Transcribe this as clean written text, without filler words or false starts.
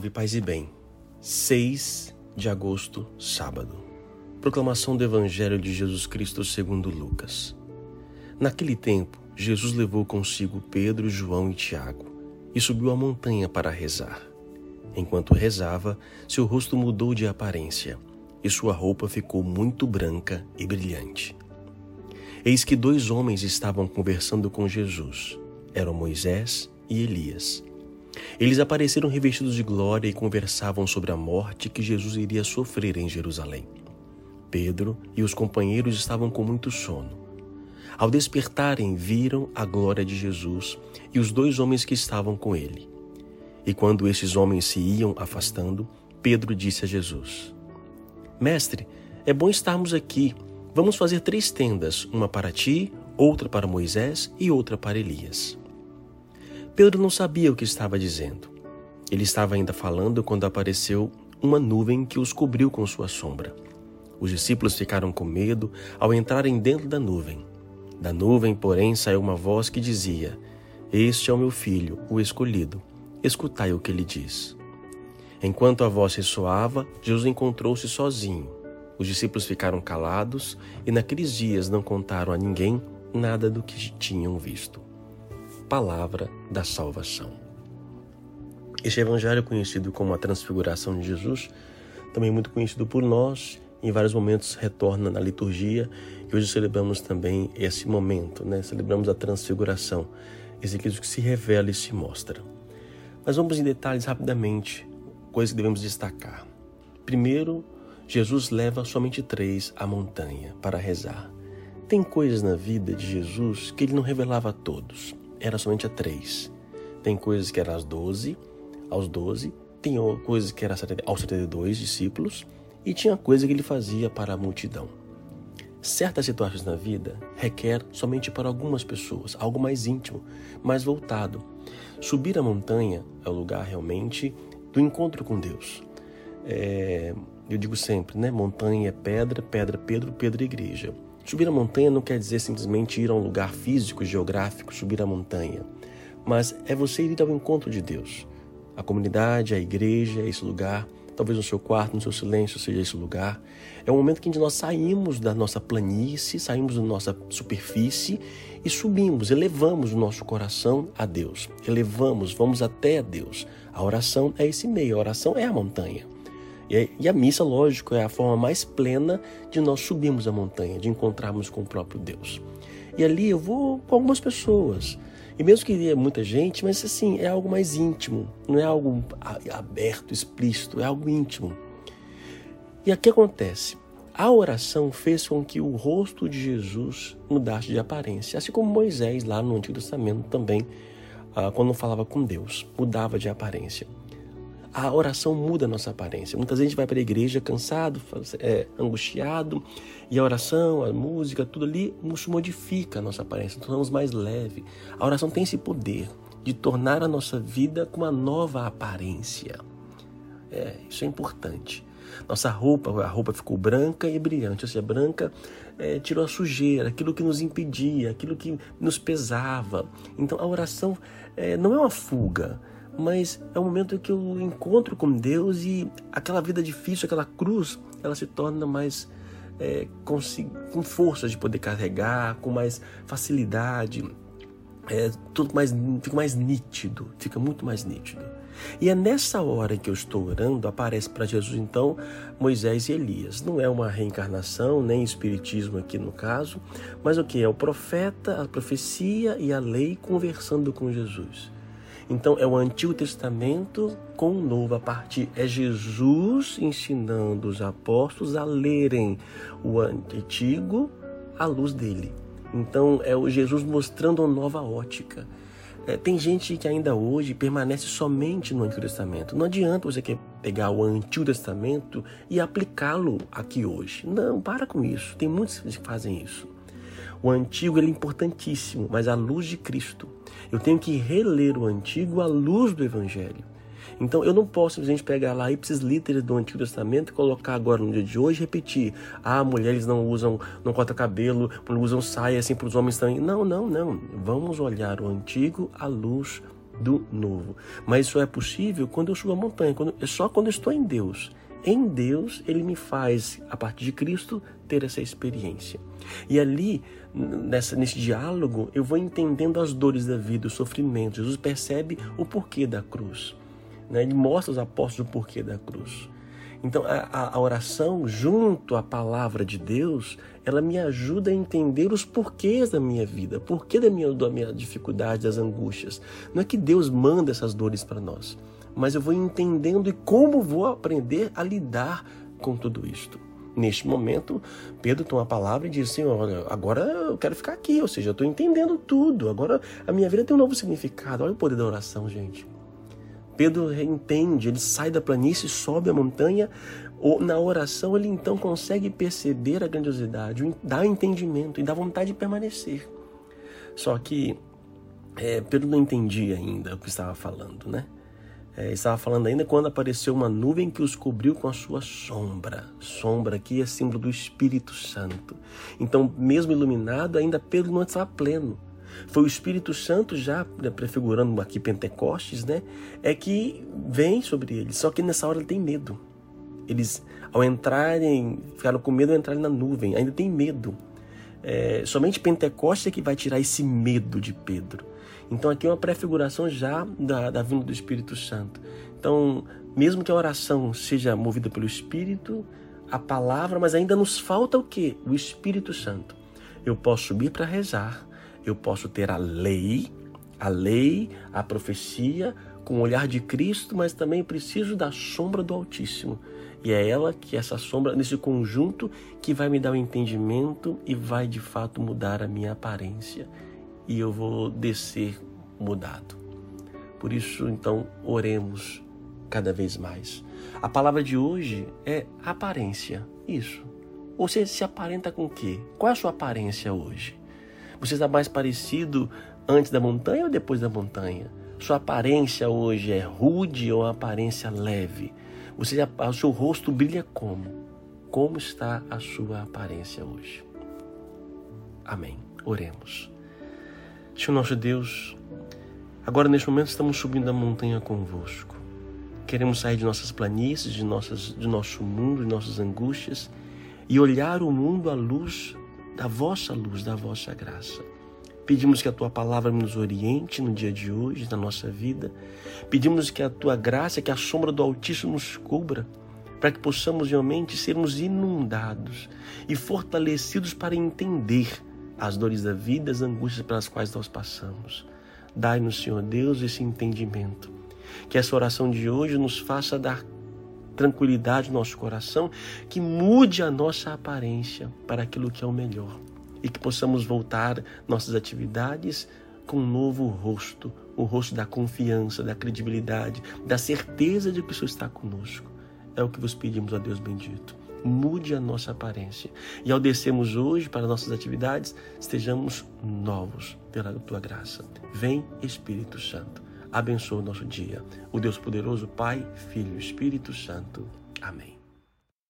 Paz e bem, 6 de agosto, sábado. Proclamação do Evangelho de Jesus Cristo segundo Lucas. Naquele tempo, Jesus levou consigo Pedro, João e Tiago e subiu a montanha para rezar. Enquanto rezava, seu rosto mudou de aparência e sua roupa ficou muito branca e brilhante. Eis que 2 homens estavam conversando com Jesus. Eram Moisés e Elias. Eles apareceram revestidos de glória e conversavam sobre a morte que Jesus iria sofrer em Jerusalém. Pedro e os companheiros estavam com muito sono. Ao despertarem, viram a glória de Jesus e os 2 homens que estavam com ele. E quando esses homens se iam afastando, Pedro disse a Jesus: Mestre, é bom estarmos aqui. Vamos fazer 3 tendas, uma para ti, outra para Moisés e outra para Elias. Pedro não sabia o que estava dizendo. Ele estava ainda falando quando apareceu uma nuvem que os cobriu com sua sombra. Os discípulos ficaram com medo ao entrarem dentro da nuvem. Da nuvem, porém, saiu uma voz que dizia: Este é o meu filho, o escolhido. Escutai o que ele diz. Enquanto a voz ressoava, Jesus encontrou-se sozinho. Os discípulos ficaram calados e naqueles dias não contaram a ninguém nada do que tinham visto. Palavra da salvação. Este evangelho, conhecido como a transfiguração de Jesus, também muito conhecido por nós, em vários momentos retorna na liturgia, e hoje celebramos também esse momento, Celebramos a transfiguração, esse Cristo que se revela e se mostra. Mas vamos em detalhes rapidamente, coisas que devemos destacar. Primeiro, Jesus leva somente 3 à montanha para rezar. Tem coisas na vida de Jesus que ele não revelava a todos. Era somente a 3. Tem coisas que eram aos 12, tem coisas que eram aos 72 discípulos, e tinha coisa que ele fazia para a multidão. Certas situações na vida requer somente para algumas pessoas, algo mais íntimo, mais voltado. Subir a montanha é o lugar realmente do encontro com Deus. Eu digo sempre, montanha é pedra, pedra Pedro, Pedro igreja. Subir a montanha não quer dizer simplesmente ir a um lugar físico, geográfico, subir a montanha. Mas é você ir ao encontro de Deus. A comunidade, a igreja, é esse lugar. Talvez no seu quarto, no seu silêncio seja esse lugar. É um momento que nós saímos da nossa planície, saímos da nossa superfície e subimos, elevamos o nosso coração a Deus. Elevamos, vamos até a Deus. A oração é esse meio, a oração é a montanha. E a missa, lógico, é a forma mais plena de nós subirmos a montanha, de encontrarmos com o próprio Deus. E ali eu vou com algumas pessoas. E mesmo que é muita gente, mas assim, é algo mais íntimo. Não é algo aberto, explícito, é algo íntimo. E aqui acontece. A oração fez com que o rosto de Jesus mudasse de aparência. Assim como Moisés, lá no Antigo Testamento também, quando falava com Deus, mudava de aparência. A oração muda a nossa aparência. Muitas vezes a gente vai para a igreja cansado, angustiado, e a oração, a música, tudo ali nos modifica a nossa aparência, tornamos mais leve. A oração tem esse poder de tornar a nossa vida com uma nova aparência. Isso é importante. Nossa roupa, a roupa ficou branca e brilhante, ou seja, branca tirou a sujeira, aquilo que nos impedia, aquilo que nos pesava. Então a oração não é uma fuga, mas é um momento em que eu encontro com Deus e aquela vida difícil, aquela cruz, ela se torna mais com força de poder carregar, com mais facilidade, fica mais nítido, fica muito mais nítido. E é nessa hora que eu estou orando, aparece para Jesus então Moisés e Elias. Não é uma reencarnação, nem espiritismo aqui no caso, mas o que? É o profeta, a profecia e a lei conversando com Jesus. Então é o Antigo Testamento com o Novo, é Jesus ensinando os apóstolos a lerem o Antigo à luz dele. Então é o Jesus mostrando uma nova ótica. Tem gente que ainda hoje permanece somente no Antigo Testamento. Não adianta você pegar o Antigo Testamento e aplicá-lo aqui hoje. Não, para com isso. Tem muitos que fazem isso. O Antigo ele é importantíssimo, mas à luz de Cristo. Eu tenho que reler o Antigo à luz do Evangelho. Então eu não posso simplesmente pegar lá ipsis literis do Antigo Testamento e colocar agora no dia de hoje e repetir. Mulheres não cortam cabelo, não usam saia, assim para os homens também. Não. Vamos olhar o Antigo à luz do novo. Mas isso é possível quando eu subo a montanha, só quando eu estou em Deus. Em Deus, Ele me faz, a partir de Cristo, ter essa experiência. E ali, nesse diálogo, eu vou entendendo as dores da vida, os sofrimentos. Jesus percebe o porquê da cruz, né? Ele mostra aos apóstolos o porquê da cruz. Então, a oração, junto à palavra de Deus, ela me ajuda a entender os porquês da minha vida, porquê da minha dificuldade, das angústias. Não é que Deus manda essas dores para nós, mas eu vou entendendo e como vou aprender a lidar com tudo isto. Neste momento, Pedro toma a palavra e diz assim, olha, agora eu quero ficar aqui, ou seja, eu estou entendendo tudo, agora a minha vida tem um novo significado. Olha o poder da oração, gente. Pedro entende, ele sai da planície, sobe a montanha, na oração ele então consegue perceber a grandiosidade, dá entendimento e dá vontade de permanecer. Só que Pedro não entendia ainda o que estava falando, né? Estava falando ainda quando apareceu uma nuvem que os cobriu com a sua sombra. Sombra aqui é símbolo do Espírito Santo. Então, mesmo iluminado, ainda Pedro não estava pleno. Foi o Espírito Santo, já prefigurando aqui Pentecostes, né? É que vem sobre eles. Só que nessa hora ele tem medo. Eles, ao entrarem, ficaram com medo de entrarem na nuvem. Ainda tem medo. Somente Pentecostes é que vai tirar esse medo de Pedro. Então aqui é uma prefiguração já da vinda do Espírito Santo. Então, mesmo que a oração seja movida pelo Espírito, a palavra, mas ainda nos falta o quê? O Espírito Santo. Eu posso subir para rezar, eu posso ter a lei, a profecia, com o olhar de Cristo, mas também preciso da sombra do Altíssimo. E é essa sombra, nesse conjunto, que vai me dar o entendimento e vai de fato mudar a minha aparência. E eu vou descer mudado. Por isso, então, oremos cada vez mais. A palavra de hoje é aparência. Isso. Você se aparenta com o quê? Qual é a sua aparência hoje? Você está mais parecido antes da montanha ou depois da montanha? Sua aparência hoje é rude ou uma aparência leve? O seu rosto brilha como? Como está a sua aparência hoje? Amém. Oremos. Senhor nosso Deus, agora neste momento estamos subindo a montanha convosco. Queremos sair de nossas planícies, de nosso mundo, de nossas angústias e olhar o mundo à luz, da vossa graça. Pedimos que a Tua palavra nos oriente no dia de hoje, na nossa vida. Pedimos que a Tua graça, que a sombra do Altíssimo nos cubra, para que possamos realmente sermos inundados e fortalecidos para entender as dores da vida, as angústias pelas quais nós passamos. Dai-nos, Senhor Deus, esse entendimento. Que essa oração de hoje nos faça dar tranquilidade no nosso coração, que mude a nossa aparência para aquilo que é o melhor. E que possamos voltar nossas atividades com um novo rosto, o rosto da confiança, da credibilidade, da certeza de que o Senhor está conosco. É o que vos pedimos, ó Deus bendito. Mude a nossa aparência. E ao descermos hoje para nossas atividades, estejamos novos pela Tua graça. Vem, Espírito Santo. Abençoa o nosso dia. O Deus poderoso, Pai, Filho e Espírito Santo. Amém.